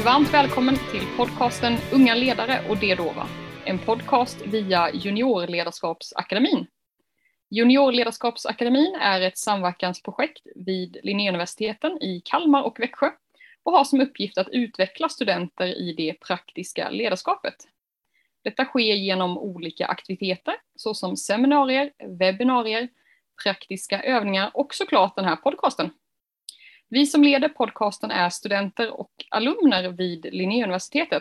Varmt välkommen till podcasten Unga ledare och det då va? En podcast via Juniorledarskapsakademin. Juniorledarskapsakademin är ett samverkansprojekt vid Linnéuniversiteten i Kalmar och Växjö och har som uppgift att utveckla studenter i det praktiska ledarskapet. Detta sker genom olika aktiviteter såsom seminarier, webbinarier, praktiska övningar och såklart den här podcasten. Vi som leder podcasten är studenter och alumner vid Linnéuniversitetet.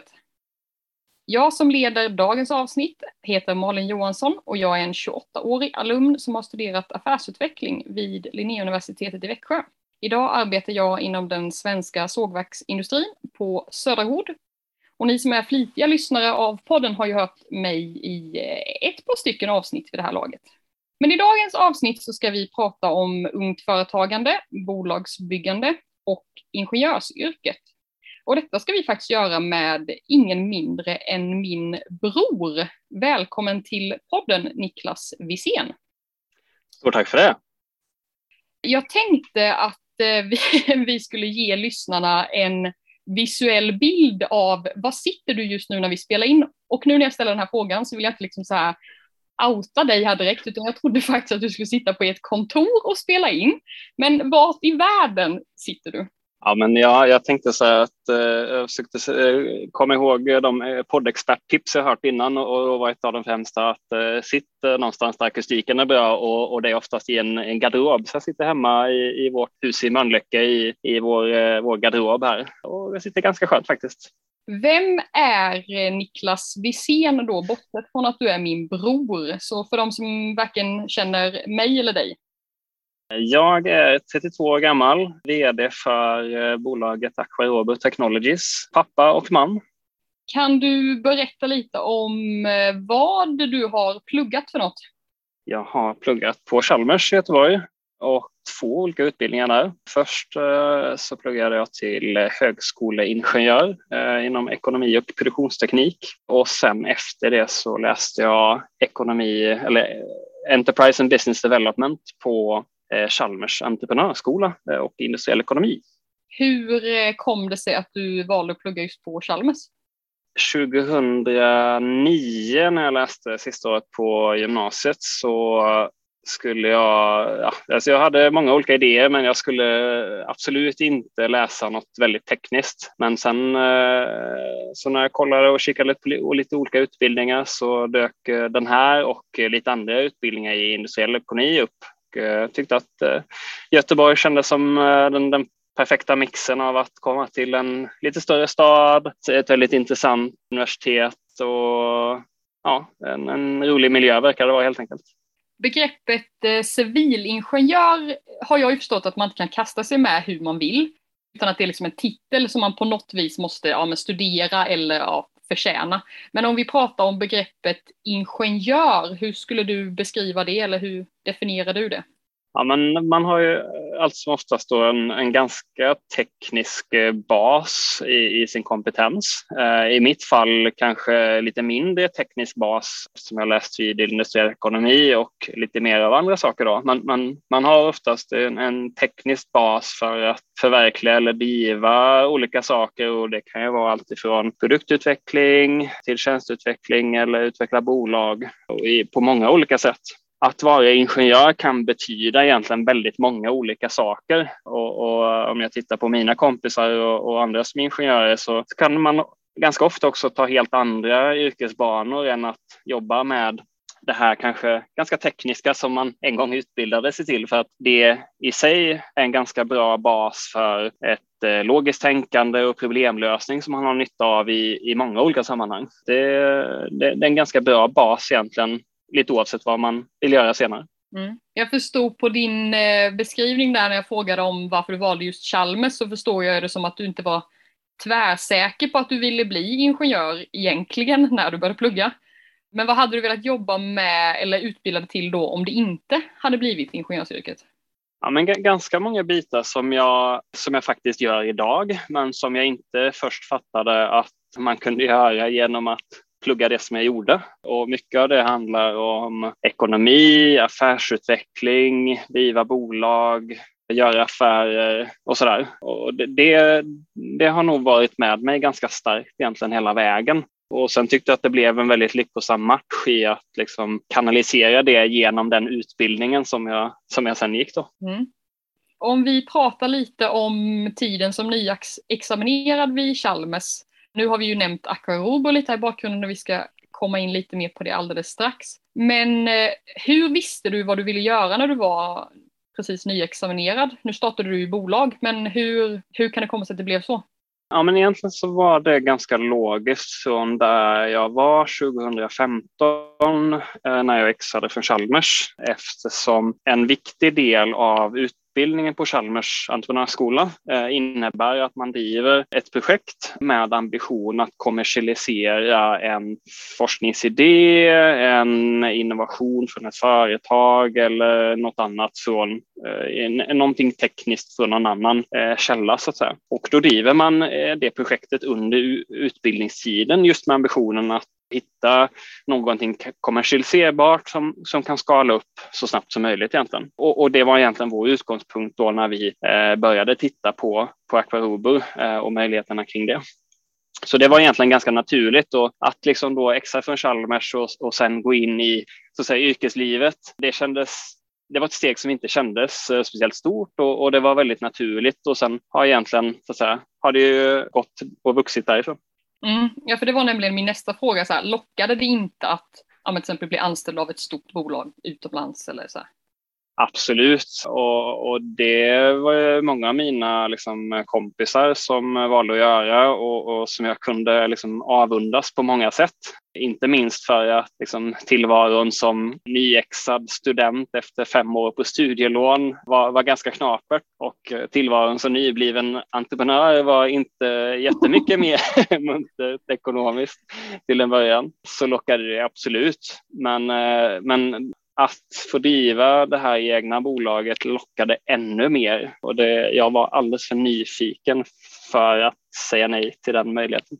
Jag som leder dagens avsnitt heter Malin Johansson och jag är en 28-årig alumn som har studerat affärsutveckling vid Linnéuniversitetet i Växjö. Idag arbetar jag inom den svenska sågverksindustrin på Söderhord. Och ni som är flitiga lyssnare av podden har ju hört mig i ett par stycken avsnitt vid det här laget. Men i dagens avsnitt så ska vi prata om ungt företagande, bolagsbyggande och ingenjörsyrket. Och detta ska vi faktiskt göra med ingen mindre än min bror. Välkommen till podden, Niklas Wisén. Stort tack för det. Jag tänkte att vi skulle ge lyssnarna en visuell bild av vad sitter du just nu när vi spelar in. Och nu när jag ställer den här frågan så vill jag inte liksom så här outa dig här direkt, utan jag trodde faktiskt att du skulle sitta på ett kontor och spela in. Men vart i världen sitter du? Ja, men jag tänkte så här att jag försökte komma ihåg de poddexperttips jag hört innan och var ett av de främsta att sitta någonstans där akustiken är bra och det är oftast i en garderob. Så jag sitter hemma i vårt hus i Mölnlycke i vår garderob här och jag sitter ganska skönt faktiskt. Vem är Niklas Wisén då, bortsett från att du är min bror? Så för de som varken känner mig eller dig. Jag är 32 år gammal, vd för bolaget Aquarobo Technologies, pappa och man. Kan du berätta lite om vad du har pluggat för något? Jag har pluggat på Chalmers i Göteborg och 2 olika utbildningar där. Först så pluggade jag till högskoleingenjör inom ekonomi och produktionsteknik. Och sen efter det så läste jag ekonomi eller Enterprise and Business Development på Chalmers entreprenörsskola och industriell ekonomi. Hur kom det sig att du valde att plugga just på Chalmers? 2009 när jag läste sista året på gymnasiet så skulle jag hade många olika idéer, men jag skulle absolut inte läsa något väldigt tekniskt. Men sen så när jag kollade och kikade på lite olika utbildningar så dök den här och lite andra utbildningar i industriell ekonomi upp. Jag tyckte att Göteborg kändes som den perfekta mixen av att komma till en lite större stad, ett väldigt intressant universitet och en rolig miljö verkar det vara helt enkelt. Begreppet civilingenjör har jag ju förstått att man inte kan kasta sig med hur man vill, utan att det är liksom en titel som man på något vis måste studera eller förtjäna. Men om vi pratar om begreppet ingenjör, hur skulle du beskriva det eller hur definierar du det? Ja, men man har ju allt som oftast då en ganska teknisk bas i sin kompetens. I mitt fall kanske lite mindre teknisk bas som jag läst vid industriell ekonomi och lite mer av andra saker då. Man har oftast en teknisk bas för att förverkliga eller driva olika saker och det kan ju vara allt ifrån produktutveckling till tjänsteutveckling eller utveckla bolag på många olika sätt. Att vara ingenjör kan betyda egentligen väldigt många olika saker och om jag tittar på mina kompisar och andra som är ingenjörer så kan man ganska ofta också ta helt andra yrkesbanor än att jobba med det här kanske ganska tekniska som man en gång utbildade sig till, för att det i sig är en ganska bra bas för ett logiskt tänkande och problemlösning som man har nytta av i många olika sammanhang. Det är en ganska bra bas egentligen, lite oavsett vad man vill göra senare. Jag förstod på din beskrivning där när jag frågade om varför du valde just Chalmers, så förstår jag det som att du inte var tvärsäker på att du ville bli ingenjör egentligen när du började plugga. Men vad hade du velat jobba med eller utbilda dig till då om det inte hade blivit ingenjörsyrket? Ja, men ganska många bitar som jag faktiskt gör idag, men som jag inte först fattade att man kunde göra genom att plugga det som jag gjorde. Och mycket av det handlar om ekonomi, affärsutveckling, driva bolag, göra affärer och sådär. Och det har nog varit med mig ganska starkt egentligen hela vägen. Och sen tyckte jag att det blev en väldigt lyckosam match i att liksom kanalisera det genom den utbildningen som jag sen gick då. Mm. Om vi pratar lite om tiden som nyexaminerad vid Chalmers. Nu har vi ju nämnt Aquarobo lite här i bakgrunden och vi ska komma in lite mer på det alldeles strax. Men hur visste du vad du ville göra när du var precis nyexaminerad? Nu startade du i bolag, men hur kan det komma sig att det blev så? Ja, men egentligen så var det ganska logiskt från där jag var 2015 när jag exade från Chalmers, eftersom en viktig del av utbildningen på Chalmers entreprenörsskola innebär att man driver ett projekt med ambition att kommersialisera en forskningsidé, en innovation från ett företag eller något annat från någonting tekniskt från någon annan källa så att säga. Och då driver man det projektet under utbildningstiden just med ambitionen att hitta någonting kommersialiserbart som kan skala upp så snabbt som möjligt egentligen. Och det var egentligen vår utgångspunkt då när vi började titta på Aquarobo och möjligheterna kring det. Så det var egentligen ganska naturligt och att liksom då exa från Chalmers och sen gå in i så att säga, yrkeslivet. Det var ett steg som inte kändes speciellt stort och det var väldigt naturligt och sen har egentligen så att säga, har det ju gått och vuxit därifrån. Ja, för det var nämligen min nästa fråga. Så här, lockade det inte att till exempel bli anställd av ett stort bolag utomlands eller så här? Absolut, och det var många av mina liksom, kompisar som valde att göra och som jag kunde liksom, avundas på många sätt. Inte minst för att liksom, tillvaron som nyexad student efter 5 år på studielån var ganska knapert och tillvaron som nybliven entreprenör var inte jättemycket mer muntert ekonomiskt till en början. Så lockade det absolut, men att få driva det här egna bolaget lockade ännu mer och jag var alldeles för nyfiken för att säga nej till den möjligheten.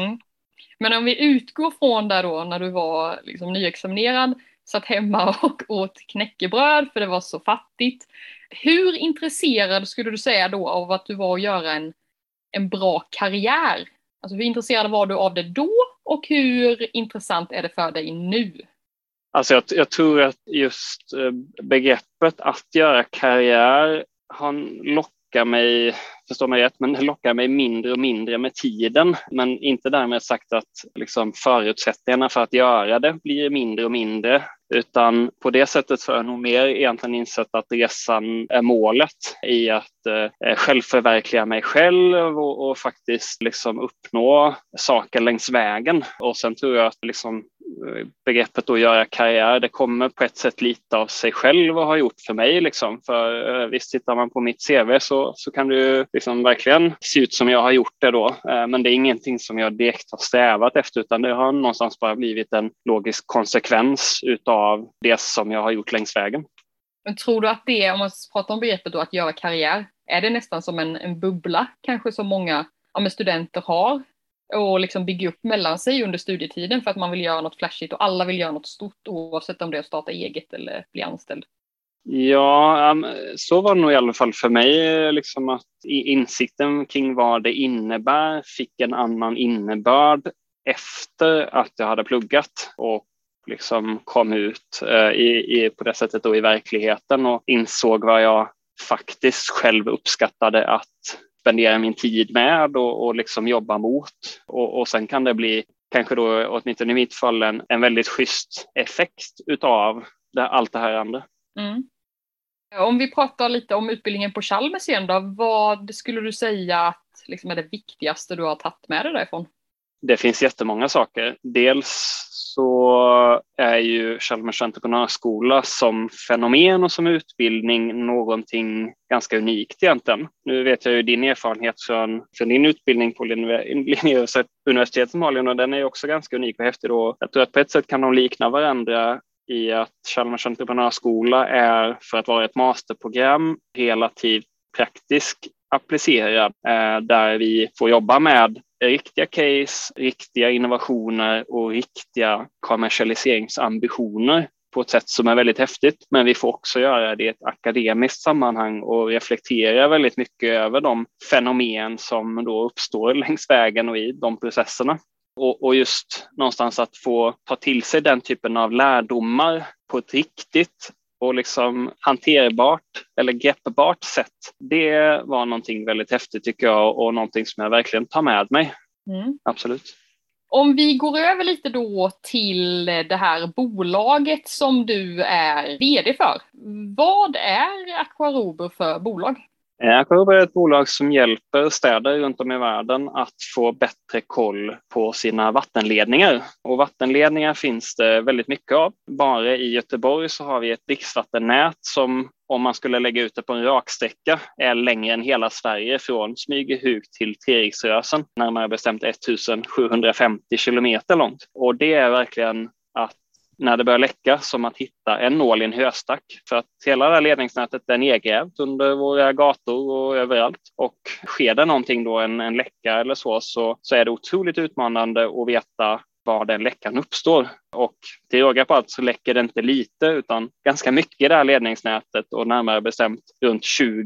Men om vi utgår från där då när du var liksom nyexaminerad, satt hemma och åt knäckebröd för det var så fattigt. Hur intresserad skulle du säga då av att du var att göra en bra karriär? Alltså hur intresserad var du av det då och hur intressant är det för dig nu? Alltså jag tror att just begreppet att göra karriär lockar mig, förstår mig rätt, men det lockar mig mindre och mindre med tiden. Men inte därmed sagt att liksom, förutsättningarna för att göra det blir mindre och mindre. Utan på det sättet så har jag nog mer egentligen insett att resan är målet i att självförverkliga mig själv och faktiskt liksom uppnå saker längs vägen. Och sen tror jag att liksom, begreppet att göra karriär, det kommer på ett sätt lite av sig själv och har gjort för mig. Liksom. För visst, tittar man på mitt CV så kan det ju liksom verkligen se ut som jag har gjort det då. Men det är ingenting som jag direkt har strävat efter utan det har någonstans bara blivit en logisk konsekvens utav det som jag har gjort längs vägen. Men tror du att det, om man pratar om begreppet då, att göra karriär, är det nästan som en bubbla kanske som många studenter har och liksom bygga upp mellan sig under studietiden för att man vill göra något flashigt och alla vill göra något stort oavsett om det är att starta eget eller bli anställd? Ja, så var det nog i alla fall för mig liksom att insikten kring vad det innebär fick en annan innebörd efter att jag hade pluggat och liksom kom ut på det sättet då i verkligheten och insåg vad jag faktiskt själv uppskattade att spendera min tid med och liksom jobba mot. Och sen kan det bli, kanske då åtminstone i mitt fall, en väldigt schysst effekt utav allt det här andra. Om vi pratar lite om utbildningen på Chalmers igen då, vad skulle du säga att liksom är det viktigaste du har tagit med dig därifrån? Det finns jättemånga saker. Dels så är ju Chalmers entreprenörsskola som fenomen och som utbildning någonting ganska unikt egentligen. Nu vet jag ju din erfarenhet från din utbildning på Linnéuniversitetet Malin och den är ju också ganska unik och häftig då. Jag tror att på ett sätt kan de likna varandra i att Chalmers entreprenörsskola är, för att vara ett masterprogram, relativt praktiskt applicerad där vi får jobba med riktiga case, riktiga innovationer och riktiga kommersialiseringsambitioner på ett sätt som är väldigt häftigt. Men vi får också göra det i ett akademiskt sammanhang och reflektera väldigt mycket över de fenomen som då uppstår längs vägen och i de processerna. Och just någonstans att få ta till sig den typen av lärdomar på ett riktigt och liksom hanterbart eller greppbart sätt. Det var någonting väldigt häftigt tycker jag och någonting som jag verkligen tar med mig. Absolut. Om vi går över lite då till det här bolaget som du är vd för. Vad är Aquarober för bolag? Aquarober är ett bolag som hjälper städer runt om i världen att få bättre koll på sina vattenledningar. Och vattenledningar finns det väldigt mycket av. Bara i Göteborg så har vi ett dricksvattennät som, om man skulle lägga ut det på en raksträcka, är längre än hela Sverige från Smygehuk till Treriksrösen. Närmare bestämt 1750 kilometer långt. Och det är verkligen att när det börjar läcka som att hitta en nål i en höstack. För att hela det här ledningsnätet är nedgrävt under våra gator och överallt. Och sker det någonting då, en läcka eller så är det otroligt utmanande att veta var den läckan uppstår. Och till råga på allt så läcker det inte lite utan ganska mycket i det här ledningsnätet och närmare bestämt runt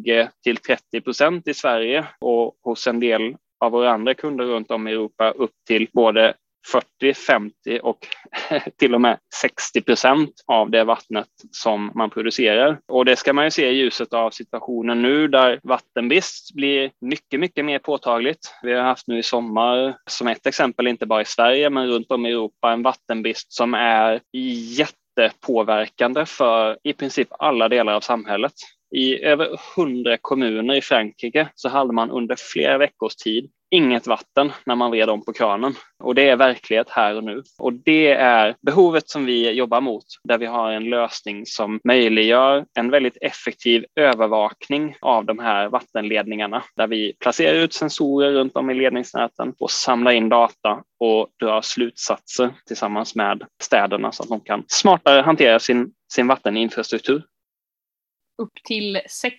20-30% i Sverige och hos en del av våra andra kunder runt om i Europa upp till både 40, 50 och till och med 60% av det vattnet som man producerar. Och det ska man ju se i ljuset av situationen nu där vattenbrist blir mycket, mycket mer påtagligt. Vi har haft nu i sommar, som ett exempel, inte bara i Sverige men runt om i Europa, en vattenbrist som är jättepåverkande för i princip alla delar av samhället. I över 100 kommuner i Frankrike så hade man under flera veckors tid inget vatten när man vred om på kranen. Och det är verklighet här och nu. Och det är behovet som vi jobbar mot, där vi har en lösning som möjliggör en väldigt effektiv övervakning av de här vattenledningarna. Där vi placerar ut sensorer runt om i ledningsnäten och samlar in data och drar slutsatser tillsammans med städerna så att de kan smartare hantera sin vatteninfrastruktur. Upp till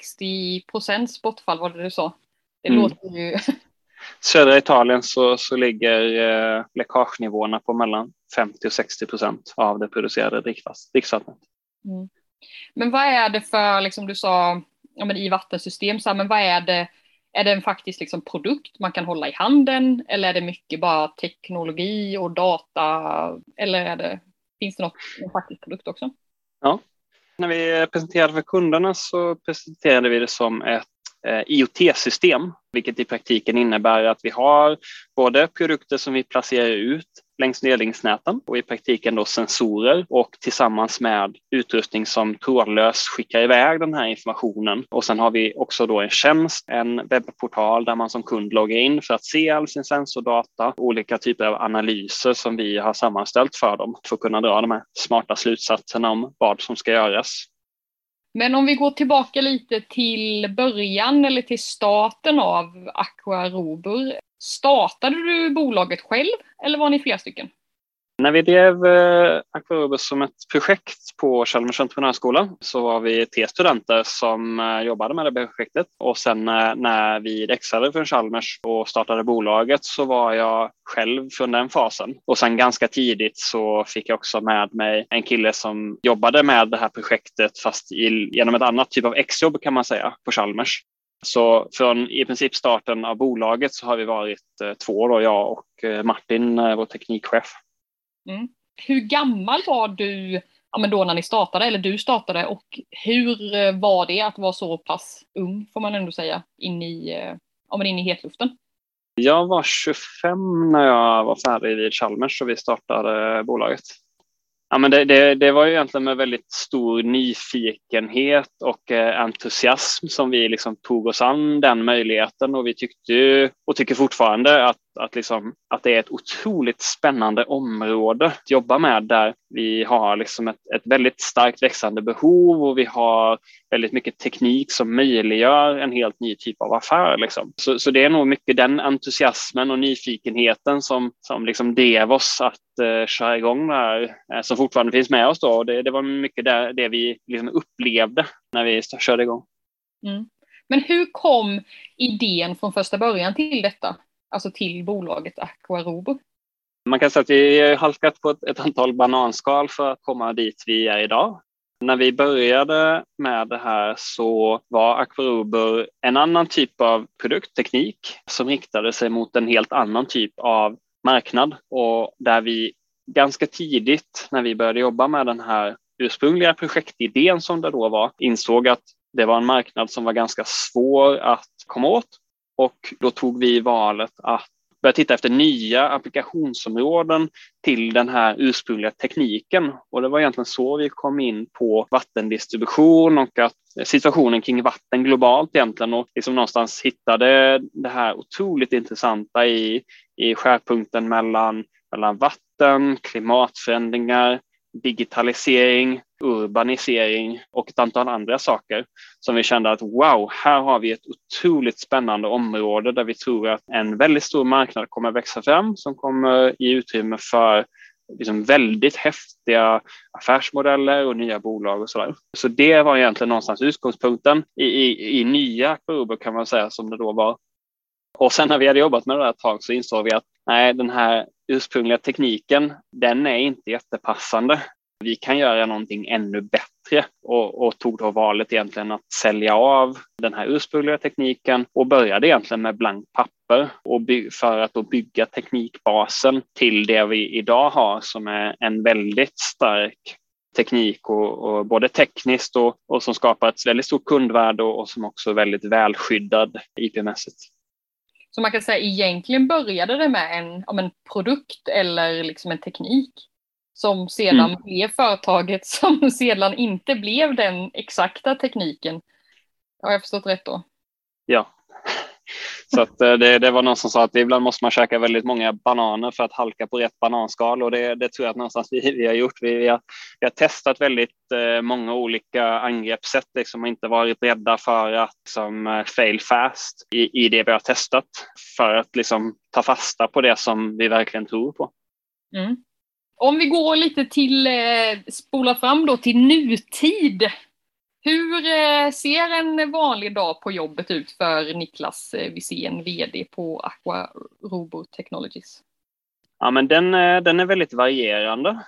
60% bortfall var det du sa. Det låter ju... Södra Italien så ligger läckagenivåerna på mellan 50 och 60% av det producerade dricksvattnet. Men vad är det för, liksom du sa, i vattensystem, men vad är det? Är det en faktisk liksom produkt man kan hålla i handen eller är det mycket bara teknologi och data eller finns det en faktisk produkt också? Ja, när vi presenterade för kunderna så presenterade vi det som ett IoT-system, vilket i praktiken innebär att vi har både produkter som vi placerar ut längs ledningsnäten och i praktiken då sensorer och tillsammans med utrustning som trådlöst skickar iväg den här informationen. Och sen har vi också då en tjänst, en webbportal där man som kund loggar in för att se all sin sensordata, olika typer av analyser som vi har sammanställt för dem för att kunna dra de här smarta slutsatserna om vad som ska göras. Men om vi går tillbaka lite till början eller till starten av Aquarober. Startade du bolaget själv eller var ni flera stycken? När vi drev Aquarober som ett projekt på Chalmers entreprenörsskola så var vi 3 studenter som jobbade med det projektet. Och sen när vi exade från Chalmers och startade bolaget så var jag själv från den fasen. Och sen ganska tidigt så fick jag också med mig en kille som jobbade med det här projektet fast genom ett annat typ av exjobb kan man säga på Chalmers. Så från i princip starten av bolaget så har vi varit 2 då, jag och Martin, vår teknikchef. Hur gammal var du då när ni startade, eller du startade, och hur var det att vara så pass ung, får man ändå säga, in i hetluften? Jag var 25 när jag var färdig vid Chalmers och vi startade bolaget. Ja, men det var ju egentligen med väldigt stor nyfikenhet och entusiasm som vi liksom tog oss an den möjligheten och vi tyckte och tycker fortfarande att det är ett otroligt spännande område att jobba med där vi har liksom ett väldigt starkt växande behov och vi har väldigt mycket teknik som möjliggör en helt ny typ av affär. Liksom. Så det är nog mycket den entusiasmen och nyfikenheten som liksom drev oss att köra igång där, som fortfarande finns med oss då. Och det var mycket det vi liksom upplevde när vi körde igång. Men hur kom idén från första början till detta? Alltså till bolaget Aquarober? Man kan säga att vi har halkat på ett antal bananskal för att komma dit vi är idag. När vi började med det här så var Aquaruber en annan typ av produktteknik som riktade sig mot en helt annan typ av marknad, och där vi ganska tidigt när vi började jobba med den här ursprungliga projektidén som det då var, insåg att det var en marknad som var ganska svår att komma åt, och då tog vi valet att börja titta efter nya applikationsområden till den här ursprungliga tekniken. Och det var egentligen så vi kom in på vattendistribution och att situationen kring vatten globalt egentligen, och liksom någonstans hittade det här otroligt intressanta i skärpunkten mellan vatten, klimatförändringar, digitalisering, urbanisering och ett antal andra saker som vi kände att wow, här har vi ett otroligt spännande område där vi tror att en väldigt stor marknad kommer växa fram som kommer ge utrymme för liksom väldigt häftiga affärsmodeller och nya bolag och sådär. Så det var egentligen någonstans utgångspunkten i nya Aquaruber, kan man säga, som det då var. Och sen när vi hade jobbat med det här ett tag så insåg vi att nej, den här ursprungliga tekniken, den är inte jättepassande. Vi kan göra någonting ännu bättre, och tog då valet egentligen att sälja av den här ursprungliga tekniken och började egentligen med blankt papper och för att då bygga teknikbasen till det vi idag har, som är en väldigt stark teknik och både tekniskt och som skapar ett väldigt stort kundvärde och som också är väldigt välskyddad IP-mässigt. Så man kan säga egentligen började det med en produkt eller liksom en teknik som sedan blev företaget, som sedan inte blev den exakta tekniken. Har jag förstått rätt då? Ja. Så att det var någon som sa att ibland måste man käka väldigt många bananer för att halka på rätt bananskal, och det tror jag att någonstans vi har gjort. Vi har testat väldigt många olika angreppssätt, liksom inte varit rädda för att liksom, fail fast i det vi har testat, för att liksom ta fasta på det som vi verkligen tror på. Mm. Om vi går lite till, spola fram då till nutid. Hur ser en vanlig dag på jobbet ut för Niklas Wisén, vd på Aquaruber Technologies? Ja, men den är väldigt varierande.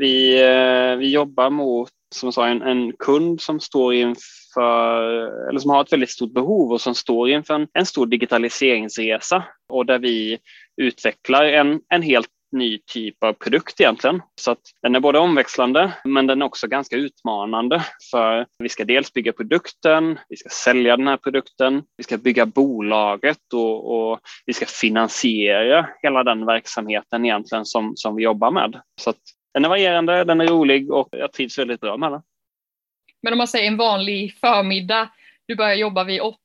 Vi jobbar mot, som jag sa, en kund som står inför, eller som har ett väldigt stort behov och som står inför en stor digitaliseringsresa, och där vi utvecklar en helt ny typ av produkt egentligen. Så att den är både omväxlande, men den är också ganska utmanande, för vi ska dels bygga produkten, vi ska sälja den här produkten, vi ska bygga bolaget och vi ska finansiera hela den verksamheten egentligen som vi jobbar med. Så att den är varierande, den är rolig och jag trivs väldigt bra med den. Men om man säger en vanlig förmiddag, du börjar jobba vid 8.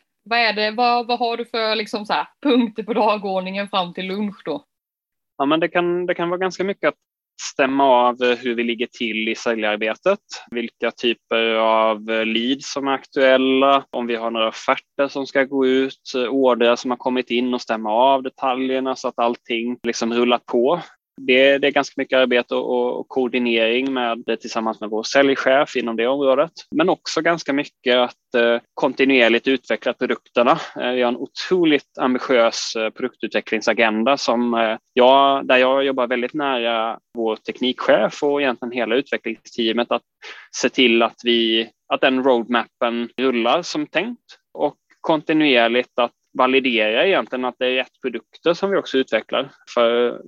Vad har du för liksom så här punkter på dagordningen fram till lunch då? Ja, men det kan vara ganska mycket att stämma av hur vi ligger till i säljarbetet, vilka typer av leads som är aktuella, om vi har några offerter som ska gå ut, order som har kommit in, och stämma av detaljerna så att allting liksom rullar på. Det är ganska mycket arbete och koordinering tillsammans med vår säljchef inom det området. Men också ganska mycket att kontinuerligt utveckla produkterna. Vi har en otroligt ambitiös produktutvecklingsagenda där jag jobbar väldigt nära vår teknikchef och egentligen hela utvecklingsteamet, att se till att den roadmappen rullar som tänkt, och kontinuerligt att validera egentligen att det är rätt produkter som vi också utvecklar. För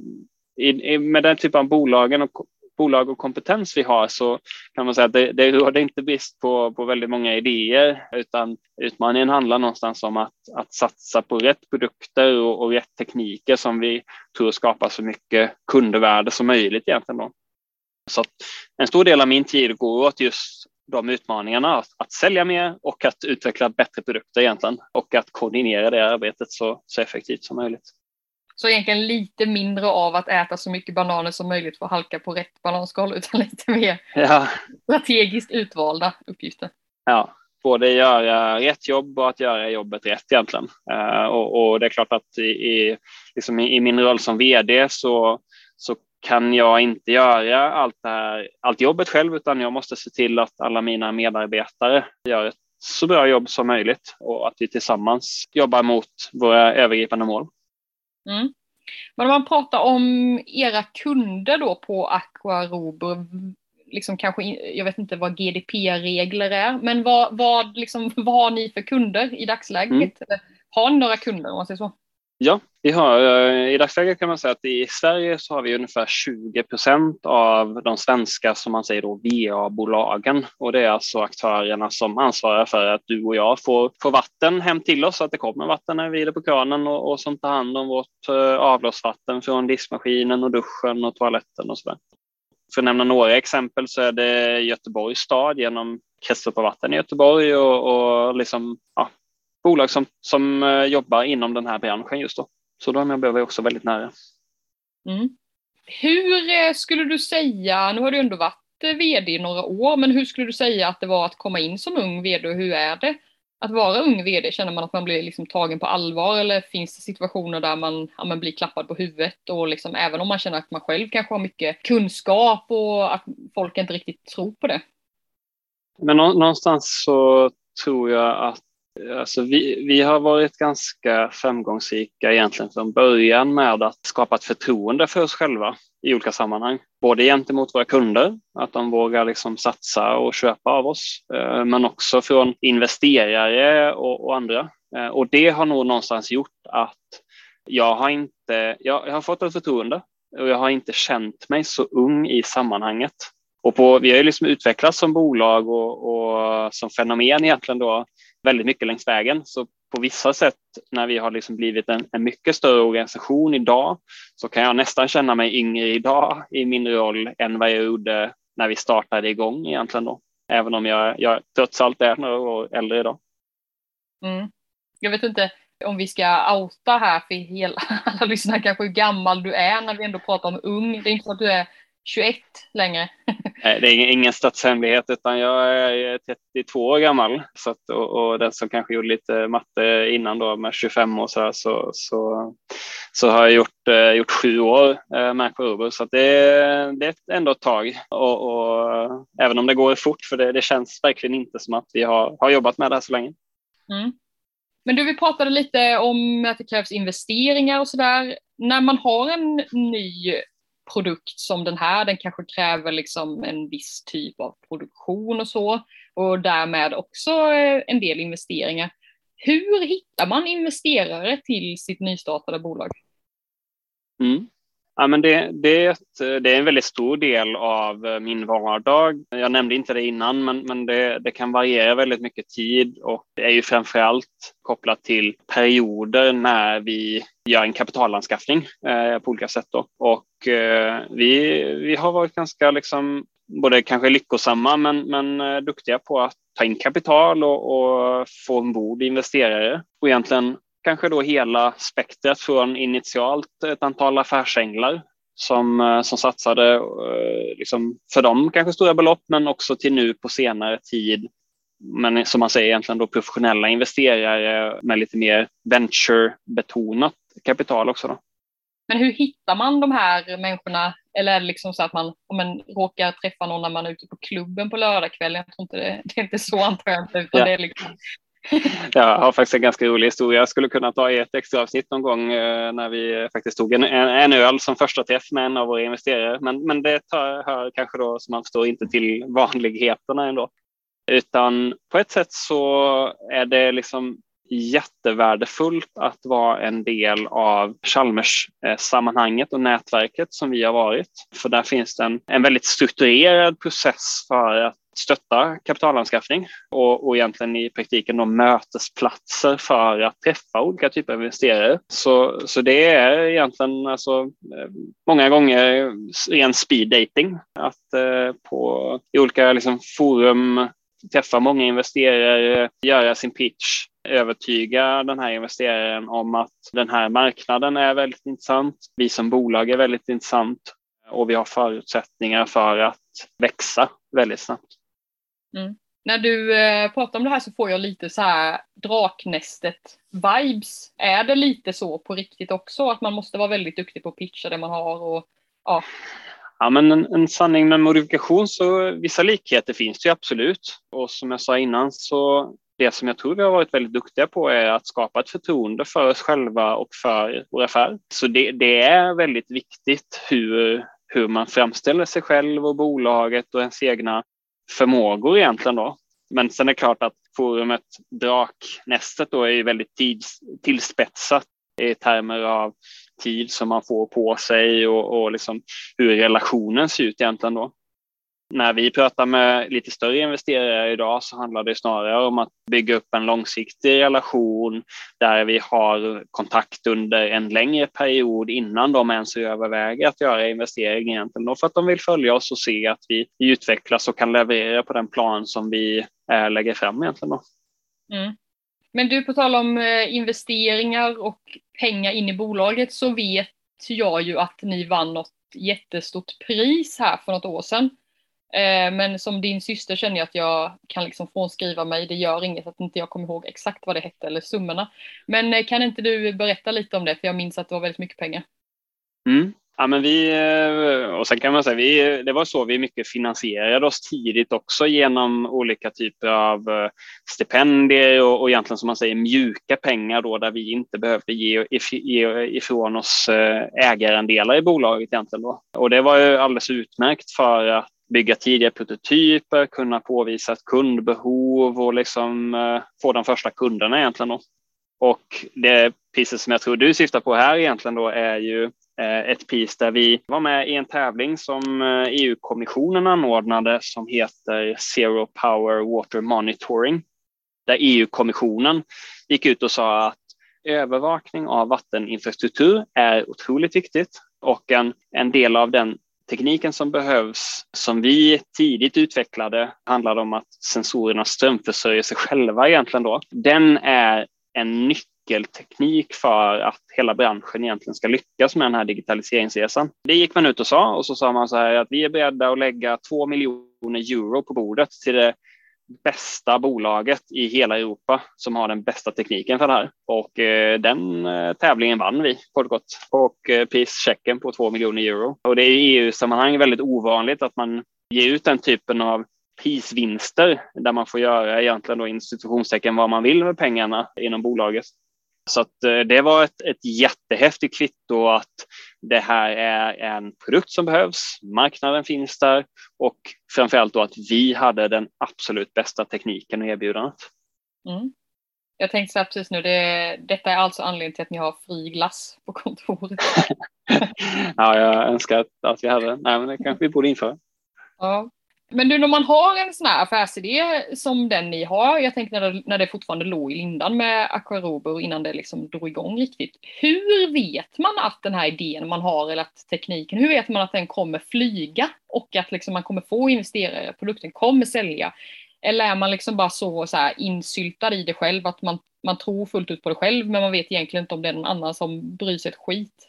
med den typen av bolag och kompetens vi har, så kan man säga att det råder inte brist på väldigt många idéer, utan utmaningen handlar någonstans om att satsa på rätt produkter och rätt tekniker som vi tror skapar så mycket kundvärde som möjligt egentligen då. Så att en stor del av min tid går åt just de utmaningarna, att sälja mer och att utveckla bättre produkter egentligen, och att koordinera det arbetet så effektivt som möjligt. Så egentligen lite mindre av att äta så mycket bananer som möjligt för att halka på rätt bananskal, utan lite mer strategiskt utvalda uppgifter. Ja, både göra rätt jobb och att göra jobbet rätt egentligen. Och det är klart att i min roll som vd så kan jag inte göra allt jobbet själv, utan jag måste se till att alla mina medarbetare gör ett så bra jobb som möjligt och att vi tillsammans jobbar mot våra övergripande mål. Mm. Men om man pratar om era kunder då på Aqua Robur, liksom kanske, jag vet inte vad GDPR-regler är, men vad har ni för kunder i dagsläget? Eller har ni några kunder om man säger så? Ja, vi har i dagsläget kan man säga att i Sverige så har vi ungefär 20% av de svenska, som man säger då, VA-bolagen. Och det är alltså aktörerna som ansvarar för att du och jag får vatten hem till oss, så att det kommer vatten när vi är på kranen och som tar hand om vårt avloppsvatten från diskmaskinen och duschen och toaletten och sådär. För att nämna några exempel så är det Göteborgs stad genom Kretslopp och vatten i Göteborg och liksom, ja, bolag som jobbar inom den här branschen just då. Så de behöver också väldigt nära. Hur skulle du säga, nu har du ändå varit vd i några år, men hur skulle du säga att det var att komma in som ung vd, och hur är det att vara ung vd? Känner man att man blir liksom tagen på allvar, eller finns det situationer där man blir klappad på huvudet, och liksom, även om man känner att man själv kanske har mycket kunskap och att folk inte riktigt tror på det? Men någonstans så tror jag att alltså vi har varit ganska framgångsrika egentligen från början med att skapa ett förtroende för oss själva i olika sammanhang. Både gentemot våra kunder, att de vågar liksom satsa och köpa av oss, men också från investerare och andra. Och det har nog någonstans gjort att jag har fått ett förtroende och jag har inte känt mig så ung i sammanhanget. Och vi har ju liksom utvecklats som bolag och som fenomen egentligen då väldigt mycket längs vägen. Så på vissa sätt, när vi har liksom blivit en mycket större organisation idag, så kan jag nästan känna mig yngre idag i min roll än vad jag gjorde när vi startade igång egentligen då. Även om jag trots allt är några år äldre idag. Jag vet inte om vi ska outa här för alla lyssnare kanske hur gammal du är när vi ändå pratar om ung. Det är inte så att du är 21 längre. Det är ingen statshemlighet, utan jag är 32 år gammal. Så att, och den som kanske gjorde lite matte innan då med 25 år så har jag gjort 7 år med Aqua Robur. Så att det är ändå ett tag. Och även om det går fort, för det känns verkligen inte som att vi har jobbat med det här så länge. Men vi pratade lite om att det krävs investeringar och sådär. När man har en ny produkt som den här, den kanske kräver liksom en viss typ av produktion och så, och därmed också en del investeringar. Hur hittar man investerare till sitt nystartade bolag? Ja, men det är en väldigt stor del av min vardag. Jag nämnde inte det innan, men det kan variera väldigt mycket tid, och det är ju framförallt kopplat till perioder när vi gör en kapitalanskaffning på olika sätt då. Och vi har varit ganska liksom både kanske lyckosamma men duktiga på att ta in kapital och få ombord investerare, och egentligen kanske då hela spektrat från initialt ett antal affärsänglar som satsade liksom för dem kanske stora belopp, men också till nu på senare tid, men som man säger egentligen då professionella investerare med lite mer venture-betonat kapital också då. Men hur hittar man de här människorna? Eller är det liksom så att om man råkar träffa någon när man är ute på klubben på lördagskvällen? Jag tror inte det är inte så, antar jag inte, utan det är liksom... Jag har faktiskt en ganska rolig historia. Jag skulle kunna ta ett extra avsnitt någon gång när vi faktiskt tog en öl som första träff med en av våra investerare. Men det hör kanske då, som man förstår, inte till vanligheterna ändå. Utan på ett sätt så är det liksom jättevärdefullt att vara en del av Chalmers-sammanhanget och nätverket som vi har varit. För där finns det en väldigt strukturerad process för att stötta kapitalanskaffning och egentligen i praktiken då mötesplatser för att träffa olika typer av investerare. Så det är egentligen alltså många gånger ren speed dating, att i olika liksom forum träffa många investerare, göra sin pitch, övertyga den här investeraren om att den här marknaden är väldigt intressant, vi som bolag är väldigt intressant och vi har förutsättningar för att växa väldigt snabbt. När du pratar om det här så får jag lite så här Draknästet-vibes. Är det lite så på riktigt också, att man måste vara väldigt duktig på att pitcha det man har? Och, ja. Ja, men en sanning med modifikation, så vissa likheter finns det ju absolut. Och som jag sa innan så det som jag tror vi har varit väldigt duktiga på är att skapa ett förtroende för oss själva och för vår affär. Så det är väldigt viktigt hur man framställer sig själv och bolaget och ens egna förmågor egentligen då. Men sen är det klart att forumet Draknästet då är ju väldigt tillspetsat i termer av tid som man får på sig och liksom hur relationen ser ut egentligen då. När vi pratar med lite större investerare idag så handlar det snarare om att bygga upp en långsiktig relation där vi har kontakt under en längre period innan de ens överväger att göra investering egentligen. Då för att de vill följa oss och se att vi utvecklas och kan leverera på den plan som vi lägger fram egentligen då. Mm. Men du, på tal om investeringar och pengar in i bolaget, så vet jag ju att ni vann något jättestort pris här för något år sedan. Men som din syster känner jag att jag kan liksom frånskriva mig. Det gör inget att inte jag kommer ihåg exakt vad det hette eller summorna. Men kan inte du berätta lite om det? För jag minns att det var väldigt mycket pengar. Ja, men och sen kan man säga det var så vi mycket finansierade oss tidigt också genom olika typer av stipendier och egentligen som man säger mjuka pengar då, där vi inte behövde ge ifrån oss ägarandelar i bolaget egentligen då. Och det var ju alldeles utmärkt för att bygga tidiga prototyper, kunna påvisa ett kundbehov och liksom få de första kunderna egentligen då. Och det priset som jag tror du syftar på här egentligen då är ju ett pris där vi var med i en tävling som EU-kommissionen anordnade som heter Zero Power Water Monitoring. Där EU-kommissionen gick ut och sa att övervakning av vatteninfrastruktur är otroligt viktigt och en del av den tekniken som behövs, som vi tidigt utvecklade, handlade om att sensorerna strömförsörjer sig själva egentligen då. Den är en nyckelteknik för att hela branschen egentligen ska lyckas med den här digitaliseringsresan. Det gick man ut och så sa man så här att vi är beredda att lägga 2 miljoner euro på bordet till det bästa bolaget i hela Europa som har den bästa tekniken för det här. Och den tävlingen vann vi kort och gott. Och prischecken på 2 miljoner euro. Och det är i EU-sammanhang väldigt ovanligt att man ger ut den typen av prisvinster där man får göra egentligen då institutionstecken vad man vill med pengarna inom bolaget. Så att det var ett jättehäftigt kvitto att det här är en produkt som behövs, marknaden finns där och framförallt då att vi hade den absolut bästa tekniken och erbjudandet. Mm. Jag tänkte så här precis nu, detta är alltså anledningen till att ni har fri glass på kontoret. Ja, jag önskar att vi hade. Nej, men det kanske vi borde införa. Ja. Men du, när man har en sån här affärsidé som den ni har, jag tänker när det fortfarande låg i lindan med Aquarobur innan det liksom drog igång riktigt. Hur vet man att den här idén man har eller att tekniken, hur vet man att den kommer flyga och att liksom man kommer få investerare, produkten kommer sälja? Eller är man liksom bara så här insyltad i det själv att man tror fullt ut på det själv men man vet egentligen inte om det är någon annan som bryr sig ett skit?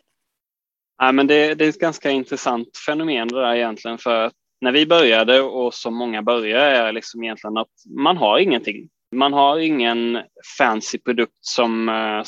Ja, men det är ett ganska intressant fenomen det där egentligen, för att när vi började och som många börjar är liksom egentligen att man har ingenting. Man har ingen fancy produkt som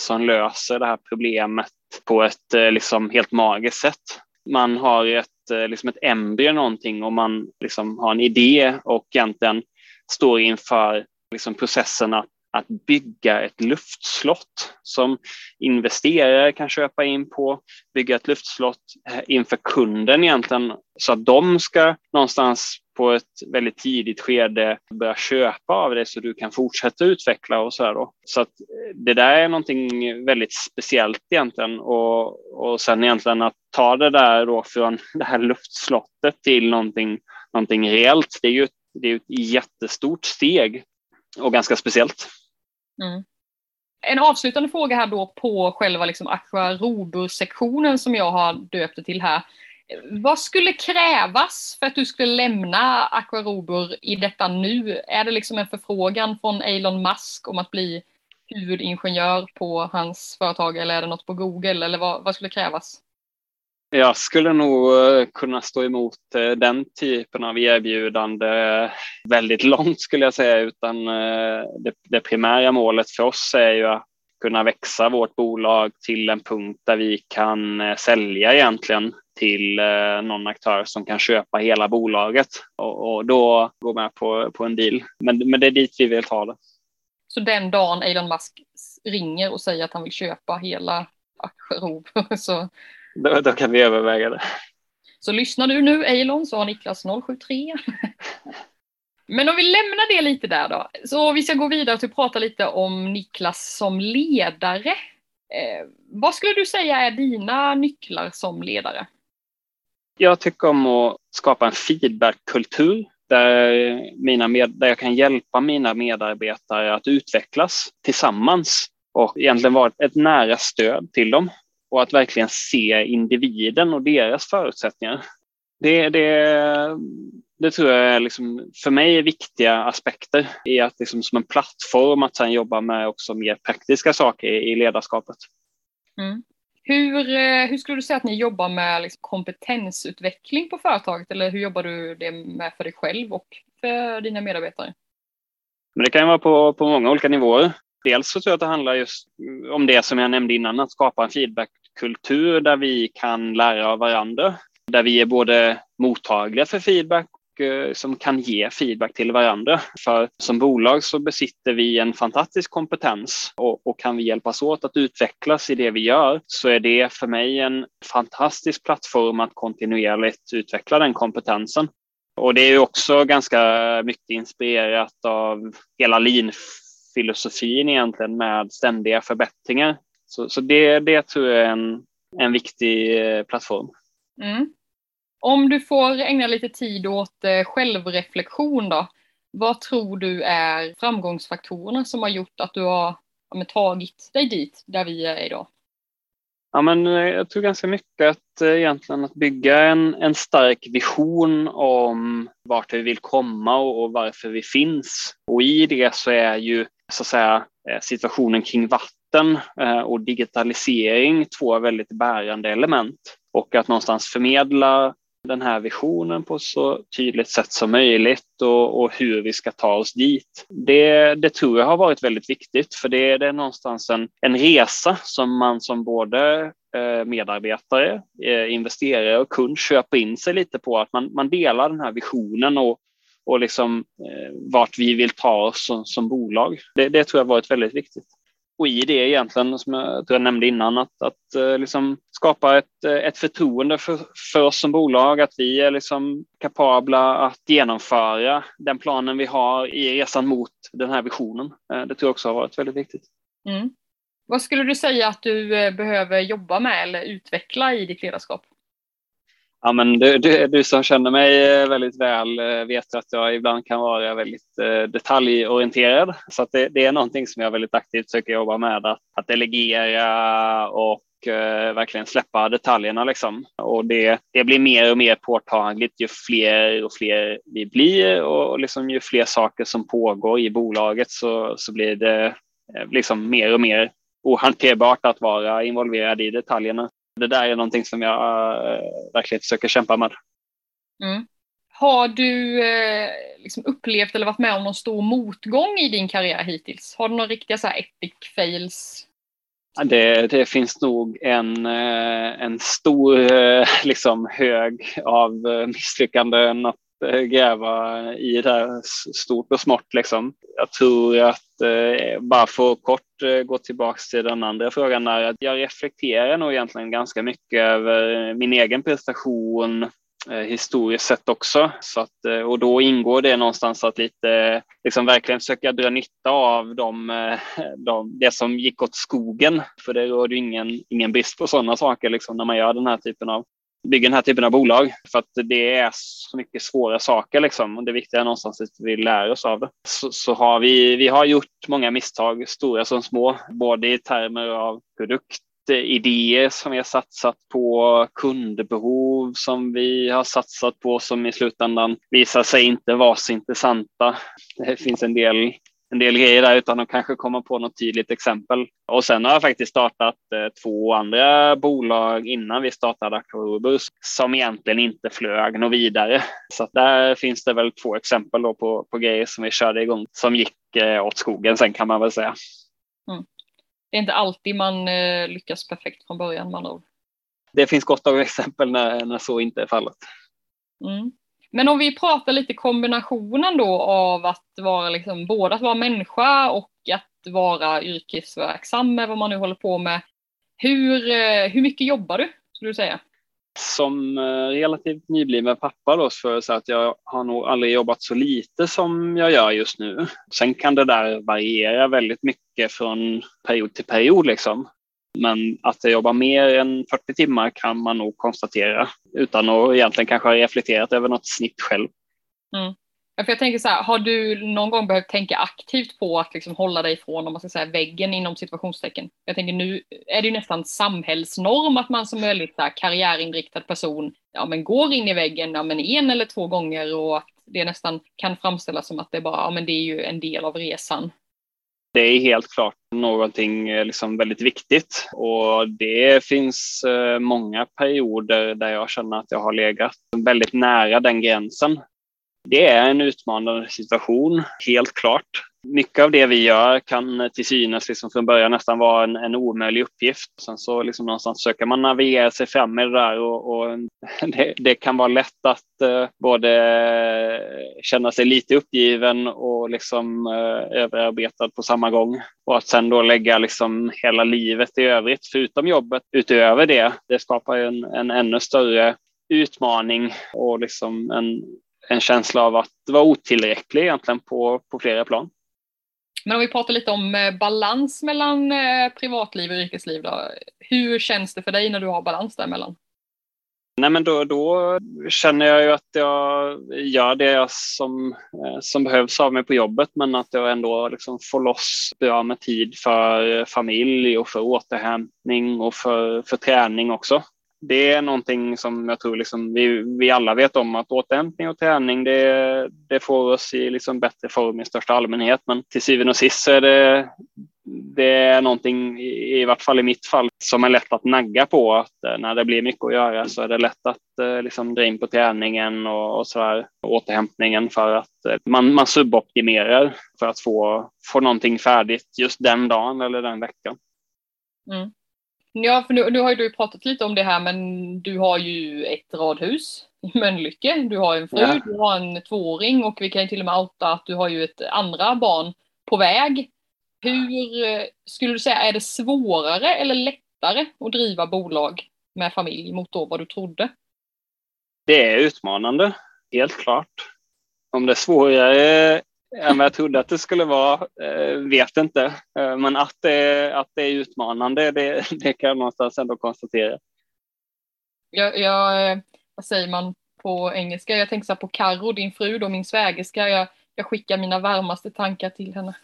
löser det här problemet på ett liksom helt magiskt sätt. Man har ett embryo någonting och man liksom har en idé och egentligen står inför liksom processen att bygga ett luftslott som investerare kan köpa in på, bygga ett luftslott inför kunden egentligen så att de ska någonstans på ett väldigt tidigt skede börja köpa av det så du kan fortsätta utveckla och så här då. Så att det där är någonting väldigt speciellt egentligen och sen egentligen att ta det där då från det här luftslottet till någonting reellt, det är ju ett jättestort steg och ganska speciellt. Mm. En avslutande fråga här då på själva liksom Aquarobur-sektionen som jag har döpt det till här. Vad skulle krävas för att du skulle lämna Aquarobur i detta nu? Är det liksom en förfrågan från Elon Musk om att bli huvudingenjör på hans företag eller är det något på Google eller vad skulle krävas? Jag skulle nog kunna stå emot den typen av erbjudande väldigt långt skulle jag säga, utan det primära målet för oss är ju att kunna växa vårt bolag till en punkt där vi kan sälja egentligen till någon aktör som kan köpa hela bolaget och då gå med på en deal. Men det är dit vi vill ta det. Så den dagen Elon Musk ringer och säger att han vill köpa hela Akerov så... Då kan vi överväga det. Så lyssnar du nu Elon så har Niklas 073. Men om vi lämnar det lite där då. Så vi ska gå vidare till att prata lite om Niklas som ledare. Vad skulle du säga är dina nycklar som ledare? Jag tycker om att skapa en feedbackkultur där jag kan hjälpa mina medarbetare att utvecklas tillsammans och egentligen vara ett nära stöd till dem och att verkligen se individen och deras förutsättningar. Det tror jag är liksom, för mig viktiga aspekter i att liksom, som en plattform att sedan jobba med också mer praktiska saker i ledarskapet. Mm. Hur skulle du säga att ni jobbar med liksom kompetensutveckling på företaget, eller hur jobbar du det med för dig själv och för dina medarbetare? Men det kan vara på många olika nivåer. Dels så tror jag att det handlar just om det som jag nämnde innan, att skapa en feedbackkultur där vi kan lära av varandra. Där vi är både mottagliga för feedback som kan ge feedback till varandra. För som bolag så besitter vi en fantastisk kompetens och kan vi hjälpas åt att utvecklas i det vi gör så är det för mig en fantastisk plattform att kontinuerligt utveckla den kompetensen. Och det är ju också ganska mycket inspirerat av hela lean-filosofin egentligen med ständiga förbättringar. Så det tror jag är en viktig plattform. Mm. Om du får ägna lite tid åt självreflektion då, vad tror du är framgångsfaktorerna som har gjort att du har tagit dig dit där vi är idag? Ja, men jag tror ganska mycket att egentligen att bygga en stark vision om vart vi vill komma och varför vi finns. Och i det så är ju så att säga situationen kring vatten och digitalisering två väldigt bärande element. Och att någonstans förmedla den här visionen på så tydligt sätt som möjligt och hur vi ska ta oss dit. Det tror jag har varit väldigt viktigt, för det är någonstans en resa som man som både medarbetare, investerare och kund köper in sig lite på, att man delar den här visionen och liksom vart vi vill ta oss som bolag. Det tror jag har varit väldigt viktigt. Och i det egentligen, som jag nämnde innan, att liksom skapa ett förtroende för oss som bolag, att vi är liksom kapabla att genomföra den planen vi har i resan mot den här visionen. Det tror jag också har varit väldigt viktigt. Mm. Vad skulle du säga att du behöver jobba med eller utveckla i ditt ledarskap? Ja, men du som känner mig väldigt väl vet att jag ibland kan vara väldigt detaljorienterad. Så att det är någonting som jag väldigt aktivt försöker jobba med. Att delegera och verkligen släppa detaljerna. Liksom. Och det blir mer och mer påtagligt ju fler och fler vi blir. Och liksom ju fler saker som pågår i bolaget så blir det liksom mer och mer ohanterbart att vara involverad i detaljerna. Det där är någonting som jag verkligen försöker kämpa med. Mm. Har du liksom upplevt eller varit med om någon stor motgång i din karriär hittills? Har du några riktiga så här epic fails? Det finns nog en stor liksom hög av misslyckanden att gräva i det här stort och smått. Liksom. Jag tror att bara för kort gå tillbaka till den andra frågan där, att jag reflekterar nog egentligen ganska mycket över min egen prestation historiskt sett också. Så att, och då ingår det någonstans att lite liksom verkligen försöka dra nytta av det som gick åt skogen. För det råder ju ingen brist på sådana saker liksom, när man gör bygger den här typen av bolag, för att det är så mycket svåra saker liksom, och det viktiga är någonstans att vi lär oss av det. Så har vi har gjort många misstag, stora som små, både i termer av produktidéer som vi har satsat på, kundbehov som vi har satsat på som i slutändan visar sig inte vara så intressanta. Det finns en del grejer där utan att kanske komma på något tydligt exempel. Och sen har jag faktiskt startat 2 andra bolag innan vi startade Akerov som egentligen inte flög något vidare. Så där finns det väl 2 exempel då på grejer som vi körde igång som gick åt skogen sen, kan man väl säga. Mm. Det är inte alltid man lyckas perfekt från början, man ord. Det finns gott om exempel när så inte är fallet. Mm. Men om vi pratar lite kombinationen då av att vara liksom, både att vara människa och att vara yrkesverksam med vad man nu håller på med. Hur mycket jobbar du, skulle du säga? Som relativt nybliven pappa då, så får jag säga att jag har nog aldrig jobbat så lite som jag gör just nu. Sen kan det där variera väldigt mycket från period till period liksom. Men att jag jobbar mer än 40 timmar kan man nog konstatera utan att egentligen kanske ha reflekterat över något snitt själv. Mm. Ja, för jag tänker så här, har du någon gång behövt tänka aktivt på att liksom hålla dig från, om man ska säga, väggen inom situationstecken? Jag tänker nu är det ju nästan samhällsnorm att man som väldigt så här, karriärinriktad person men går in i väggen men 1 eller 2 gånger och att det nästan kan framställas som att det bara, men det är ju en del av resan. Det är helt klart någonting liksom väldigt viktigt och det finns många perioder där jag känner att jag har legat väldigt nära den gränsen. Det är en utmanande situation, helt klart. Mycket av det vi gör kan till synes liksom från början nästan vara en omöjlig uppgift. Sen så liksom någonstans söker man navigera sig fram med det där och det kan vara lätt att både känna sig lite uppgiven och liksom överarbetad på samma gång. Och att sen då lägga liksom hela livet i övrigt förutom jobbet utöver det skapar ju en ännu större utmaning och liksom en känsla av att vara otillräcklig egentligen på flera plan. Men om vi pratar lite om balans mellan privatliv och yrkesliv då. Hur känns det för dig när du har balans däremellan? Nej, men då känner jag ju att jag gör det som behövs av mig på jobbet, men att jag ändå liksom får loss bra med tid för familj och för återhämtning och för träning också. Det är någonting som jag tror liksom vi alla vet om, att återhämtning och träning det får oss i liksom bättre form i största allmänhet. Men till syvende och sist så är det är någonting, i vart fall i mitt fall, som är lätt att nagga på. Att när det blir mycket att göra så är det lätt att liksom dra in på träningen och så här, återhämtningen, för att man suboptimerar för att få någonting färdigt just den dagen eller den veckan. Mm. Ja, för nu har ju du pratat lite om det här, men du har ju ett radhus i Mölnlycke, du har en fru, Du har en 2-åring och vi kan ju till och med outa att du har ju ett andra barn på väg. Hur skulle du säga, är det svårare eller lättare att driva bolag med familj mot då vad du trodde? Det är utmanande, helt klart. Om det är svårare än vad jag trodde att det skulle vara, vet inte. Men att det är utmanande, det kan jag någonstans ändå konstatera. Vad säger man på engelska? Jag tänker så här på Karo, din fru då, min svägerska. Jag skickar mina varmaste tankar till henne.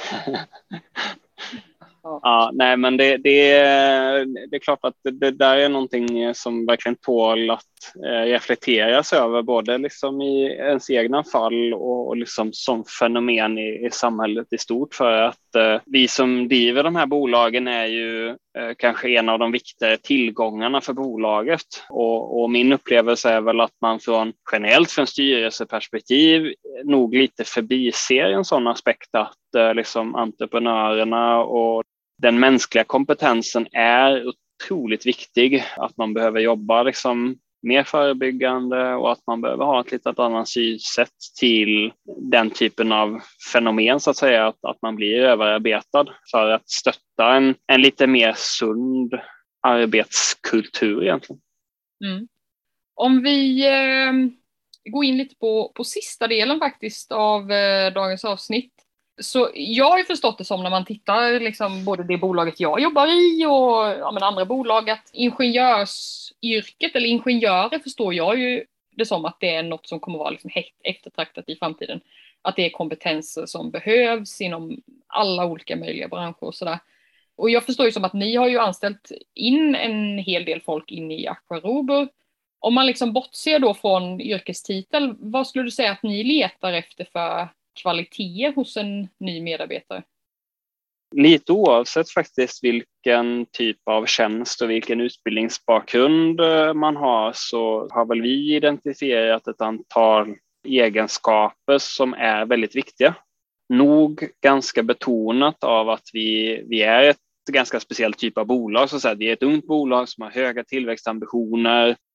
Ja, nej, men det är klart att det där är någonting som verkligen tål att reflekteras över, både liksom i ens egna fall och liksom som fenomen i samhället i stort, för att vi som driver de här bolagen är ju kanske en av de viktigare tillgångarna för bolaget, och min upplevelse är väl att man generellt från styrelseperspektiv nog lite förbiser en sån aspekt, att liksom entreprenörerna och den mänskliga kompetensen är otroligt viktig, att man behöver jobba liksom mer förebyggande och att man behöver ha ett lite annat synsätt till den typen av fenomen, så att säga, att man blir överarbetad, för att stötta en lite mer sund arbetskultur egentligen. Mm. Om vi går in lite på sista delen faktiskt av dagens avsnitt. Så jag har ju förstått det som, när man tittar liksom både det bolaget jag jobbar i och andra bolag, att ingenjörsyrket eller ingenjörer förstår jag ju det som att det är något som kommer vara liksom hett eftertraktat i framtiden. Att det är kompetenser som behövs inom alla olika möjliga branscher och sådär. Och jag förstår ju som att ni har ju anställt in en hel del folk in i Aqua Robur. Om man liksom bortser då från yrkestitel, vad skulle du säga att ni letar efter för kvaliteter hos en ny medarbetare? Lite oavsett faktiskt vilken typ av tjänst och vilken utbildningsbakgrund man har, så har väl vi identifierat ett antal egenskaper som är väldigt viktiga. Nog ganska betonat av att vi är ett ganska speciellt typ av bolag. Så att säga. Vi är ett ungt bolag som har höga tillväxtambitioner.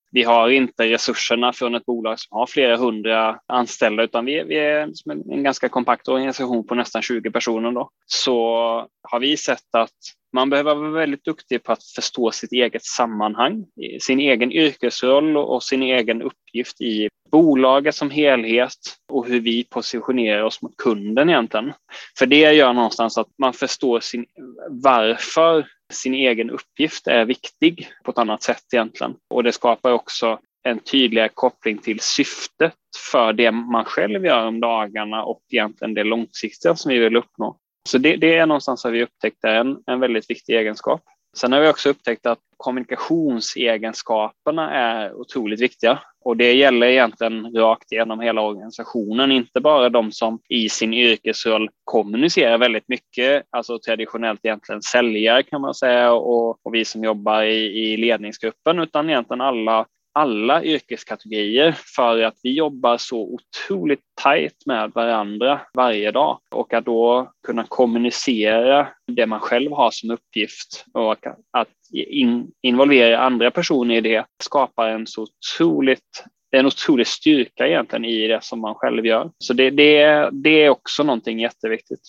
Vi har inte resurserna från ett bolag som har flera hundra anställda, utan vi är en ganska kompakt organisation på nästan 20 personer. Då. Så har vi sett att man behöver vara väldigt duktig på att förstå sitt eget sammanhang, sin egen yrkesroll och sin egen uppgift i bolaget som helhet och hur vi positionerar oss mot kunden egentligen. För det gör någonstans att man förstår varför sin egen uppgift är viktig på ett annat sätt egentligen. Och det skapar också en tydligare koppling till syftet för det man själv gör om dagarna och egentligen det långsiktiga som vi vill uppnå. Så det är någonstans att vi upptäckt en väldigt viktig egenskap. Sen har vi också upptäckt att kommunikationsegenskaperna är otroligt viktiga. Och det gäller egentligen rakt igenom hela organisationen, inte bara de som i sin yrkesroll kommunicerar väldigt mycket, alltså traditionellt egentligen säljare kan man säga och vi som jobbar i ledningsgruppen, utan egentligen alla yrkeskategorier, för att vi jobbar så otroligt tajt med varandra varje dag, och att då kunna kommunicera det man själv har som uppgift och att involvera andra personer i det skapar en otrolig styrka egentligen i det som man själv gör. Så det är också någonting jätteviktigt.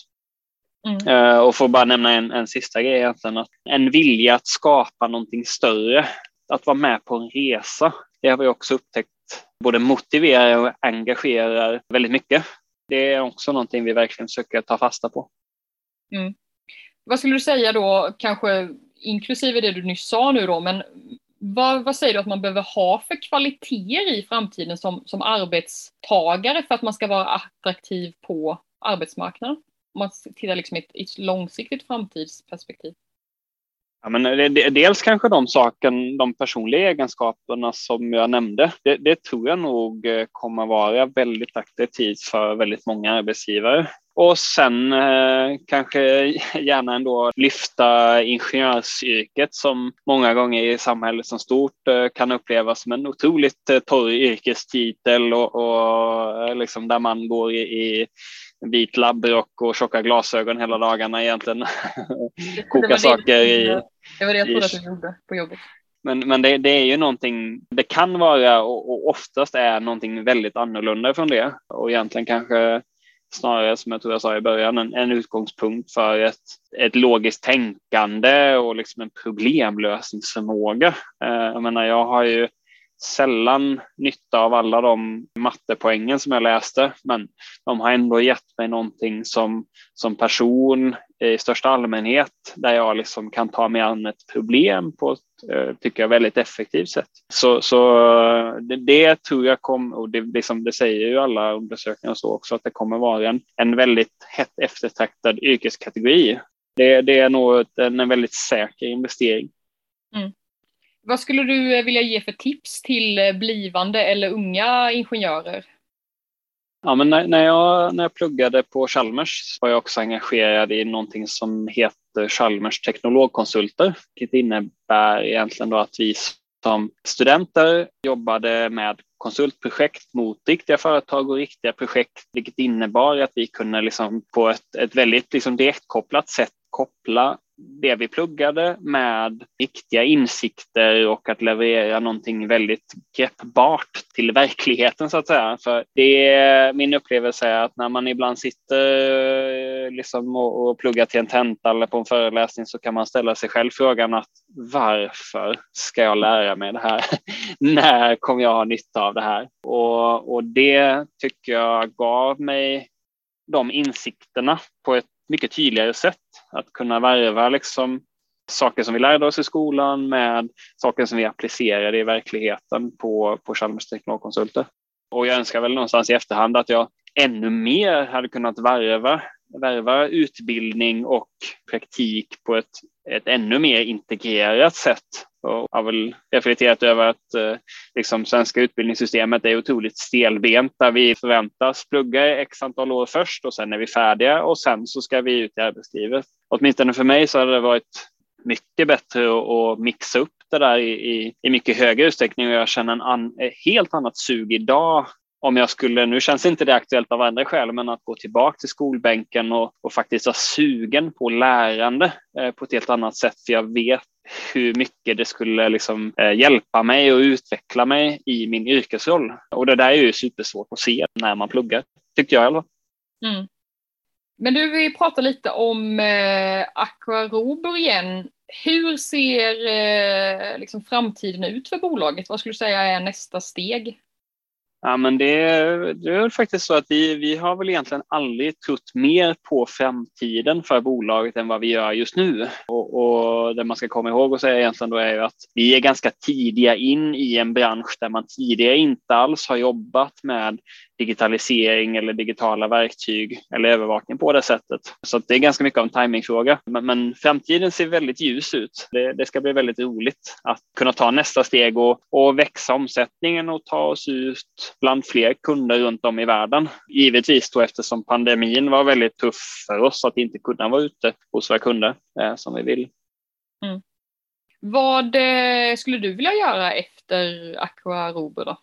Och för att bara nämna en sista grej egentligen, att en vilja att skapa någonting större, att vara med på en resa, det har vi också upptäckt både motiverar och engagerar väldigt mycket. Det är också någonting vi verkligen försöker ta fasta på. Vad skulle du säga då, kanske inklusive det du nyss sa nu då, men vad säger du att man behöver ha för kvaliteter i framtiden som arbetstagare för att man ska vara attraktiv på arbetsmarknaden? Om man tittar liksom i ett långsiktigt framtidsperspektiv. Ja, men dels kanske de personliga egenskaperna som jag nämnde, det tror jag nog kommer vara väldigt attraktivt för väldigt många arbetsgivare. Och sen kanske gärna ändå lyfta ingenjörsyrket som många gånger i samhället som stort kan upplevas som en otroligt torr yrkestitel och liksom där man går i vit labbrock och tjocka glasögon hela dagarna egentligen. Koka saker i... Det var det jag trodde att du gjorde på jobbet. Men det är ju någonting, det kan vara och oftast är någonting väldigt annorlunda från det. Och egentligen kanske snarare, som jag tror jag sa i början, en utgångspunkt för ett logiskt tänkande och liksom en problemlösningsförmåga. Jag menar, jag har ju sällan nytta av alla de mattepoängen som jag läste, men de har ändå gett mig någonting som person i största allmänhet, där jag liksom kan ta mig an ett problem på ett, tycker jag, väldigt effektivt sätt. Så det tror jag och det säger ju alla undersökningar så också, att det kommer vara en väldigt hett eftertraktad yrkeskategori. Det är nog en väldigt säker investering. Vad skulle du vilja ge för tips till blivande eller unga ingenjörer? Ja, men när jag pluggade på Chalmers var jag också engagerad i någonting som heter Chalmers teknologkonsulter. Det innebär egentligen då att vi som studenter jobbade med konsultprojekt mot riktiga företag och riktiga projekt, vilket innebar att vi kunde liksom på ett väldigt liksom direktkopplat sätt koppla det vi pluggade med riktiga insikter och att leverera någonting väldigt greppbart till verkligheten så att säga. För min upplevelse är att när man ibland sitter liksom och pluggar till en tenta eller på en föreläsning, så kan man ställa sig själv frågan att varför ska jag lära mig det här? När kommer jag ha nytta av det här? Och det tycker jag gav mig de insikterna på ett mycket tydligare sätt. Att kunna varva liksom saker som vi lärde oss i skolan med saker som vi applicerade i verkligheten på Chalmers teknologkonsulter. Och jag önskar väl någonstans i efterhand att jag ännu mer hade kunnat varva utbildning och praktik på ett ännu mer integrerat sätt. Och jag har väl reflekterat över att liksom svenska utbildningssystemet är otroligt stelbent, där vi förväntas plugga x antal år först och sen är vi färdiga och sen så ska vi ut i arbetslivet. Åtminstone för mig så hade det varit mycket bättre att mixa upp det där i mycket högre utsträckning, och jag känner en helt annat sug idag om jag skulle, nu känns inte det aktuellt av andra skäl, men att gå tillbaka till skolbänken och faktiskt vara sugen på lärande på ett helt annat sätt. För jag vet hur mycket det skulle liksom hjälpa mig och utveckla mig i min yrkesroll. Och det där är ju supersvårt att se när man pluggar, tyckte jag i alla fall. Mm. Men du, vi pratar lite om Aqua Robur igen. Hur ser liksom framtiden ut för bolaget? Vad skulle du säga är nästa steg? Ja, men det är faktiskt så att vi har väl egentligen aldrig trott mer på framtiden för bolaget än vad vi gör just nu. Och det man ska komma ihåg och säga egentligen då är ju att vi är ganska tidiga in i en bransch där man tidigare inte alls har jobbat med digitalisering eller digitala verktyg eller övervakning på det sättet. Så det är ganska mycket av en timingfråga. Men framtiden ser väldigt ljus ut. Det ska bli väldigt roligt att kunna ta nästa steg och växa omsättningen och ta oss ut bland fler kunder runt om i världen. Givetvis då eftersom pandemin var väldigt tuff för oss att inte kunna vara ute hos våra kunder som vi vill. Mm. Vad skulle du vilja göra efter Aqua Robur då?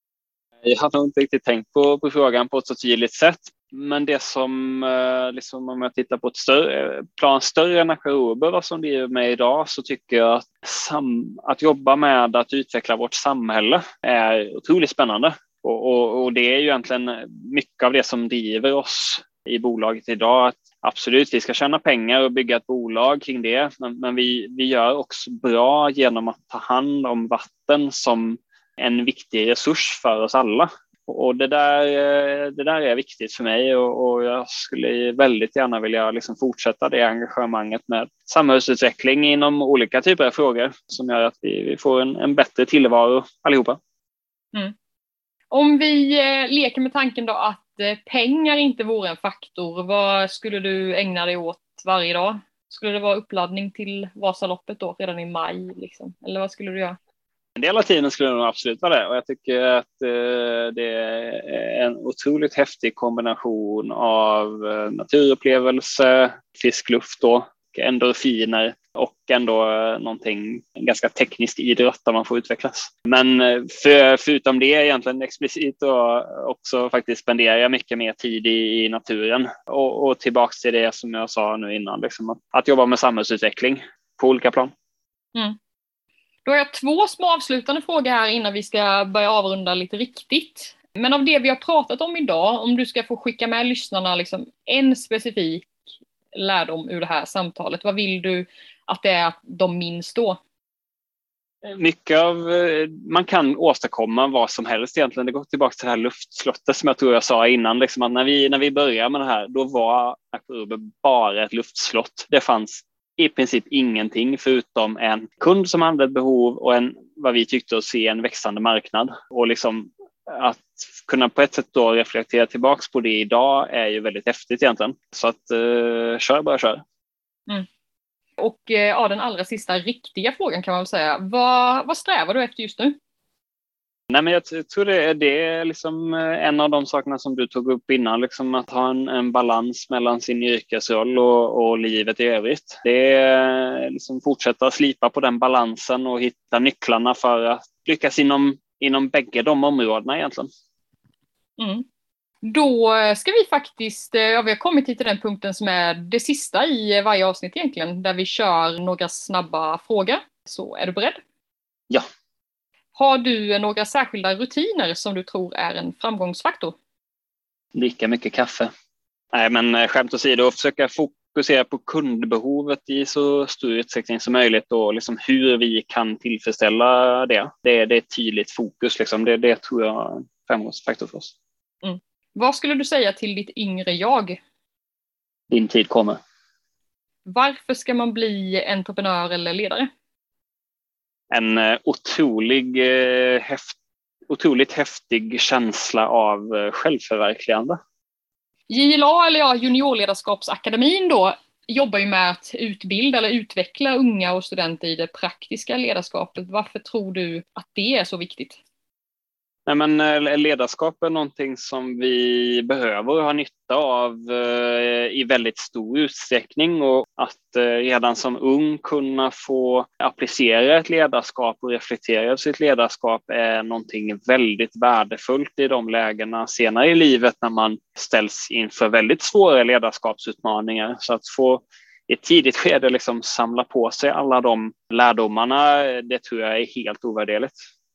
Jag har nog inte riktigt tänkt på frågan på ett så tydligt sätt. Men det som, liksom om jag tittar på ett plan större än Aqua Robur, vad som det är med idag, så tycker jag att jobba med att utveckla vårt samhälle är otroligt spännande. Och det är ju egentligen mycket av det som driver oss i bolaget idag. Att absolut, vi ska tjäna pengar och bygga ett bolag kring det. Men vi gör också bra genom att ta hand om vatten som en viktig resurs för oss alla. Och det där är viktigt för mig och jag skulle väldigt gärna vilja liksom fortsätta det engagemanget med samhällsutveckling inom olika typer av frågor som gör att vi får en bättre tillvaro allihopa. Mm. Om vi leker med tanken då att pengar inte vore en faktor, vad skulle du ägna dig åt varje dag? Skulle det vara uppladdning till Vasaloppet då redan i maj? Liksom? Eller vad skulle du göra? En del av tiden skulle det nog absolut vara det. Och jag tycker att det är en otroligt häftig kombination av naturupplevelse, frisk luft och endorfiner och ändå någonting ganska teknisk idrott där man får utvecklas. Men förutom det egentligen explicit och också faktiskt spenderar jag mycket mer tid i naturen och tillbaks till det som jag sa nu innan, liksom att jobba med samhällsutveckling på olika plan. Mm. Då har jag 2 små avslutande frågor här innan vi ska börja avrunda lite riktigt. Men av det vi har pratat om idag, om du ska få skicka med lyssnarna liksom en specifik lärdom ur det här samtalet, vad vill du att det är att de minns då? Mycket av, man kan åstadkomma vad som helst egentligen. Det går tillbaka till det här luftslottet som jag tror jag sa innan. Liksom att när vi började med det här, då var Aqua Robur bara ett luftslott. Det fanns i princip ingenting förutom en kund som hade ett behov och vad vi tyckte att se en växande marknad. Och liksom att kunna på ett sätt då reflektera tillbaks på det idag är ju väldigt häftigt egentligen. Så att kör. Mm. Och ja, den allra sista riktiga frågan kan man väl säga. Vad strävar du efter just nu? Nej, men jag tror det är liksom en av de sakerna som du tog upp innan, liksom att ha en balans mellan sin yrkesroll och livet i övrigt. Det är liksom fortsätta slipa på den balansen och hitta nycklarna för att lyckas inom bägge de områdena egentligen. Mm. Då ska vi faktiskt, vi har kommit till den punkten som är det sista i varje avsnitt egentligen, där vi kör några snabba frågor. Så är du beredd? Ja. Har du några särskilda rutiner som du tror är en framgångsfaktor? Lika mycket kaffe. Nej, men skämt åsido, försöka fokusera på kundbehovet i så stor utsträckning som möjligt och liksom hur vi kan tillfredsställa det. Det är ett tydligt fokus. Liksom. Det tror jag är en framgångsfaktor för oss. Mm. Vad skulle du säga till ditt yngre jag? Din tid kommer. Varför ska man bli entreprenör eller ledare? En otroligt häftig känsla av självförverkligande. JLA eller Juniorledarskapsakademin då jobbar ju med att utbilda eller utveckla unga och studenter i det praktiska ledarskapet. Varför tror du att det är så viktigt? Nej, men ledarskap är någonting som vi behöver ha nytta av i väldigt stor utsträckning, och att redan som ung kunna få applicera ett ledarskap och reflektera över sitt ledarskap är någonting väldigt värdefullt i de lägena senare i livet när man ställs inför väldigt svåra ledarskapsutmaningar. Så att få i ett tidigt skede liksom samla på sig alla de lärdomarna, det tror jag är helt ovärderligt.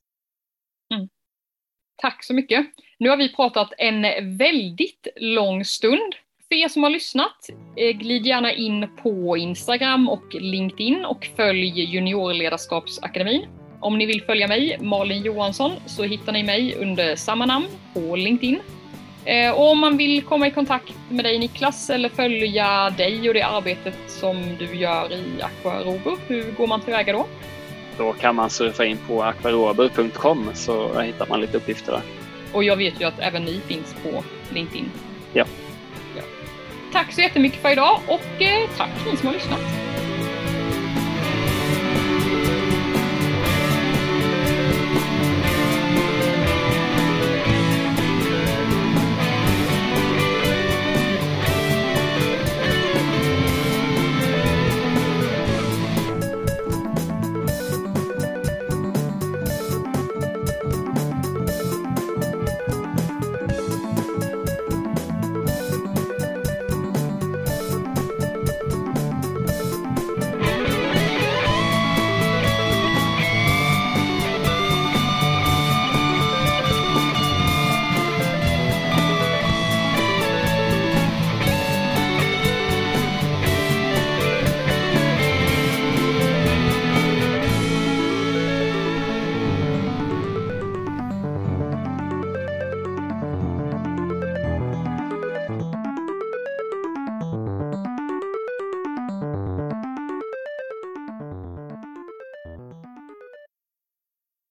Tack så mycket. Nu har vi pratat en väldigt lång stund. För er som har lyssnat, glid gärna in på Instagram och LinkedIn och följ Juniorledarskapsakademin. Om ni vill följa mig, Malin Johansson, så hittar ni mig under samma namn på LinkedIn. Och om man vill komma i kontakt med dig, Niklas, eller följa dig och det arbetet som du gör i Aquarober, hur går man tillväga då? Då kan man surfa in på aquarober.com, så hittar man lite uppgifter där. Och jag vet ju att även ni finns på LinkedIn. Ja. Tack så jättemycket för idag, och tack ni som har lyssnat.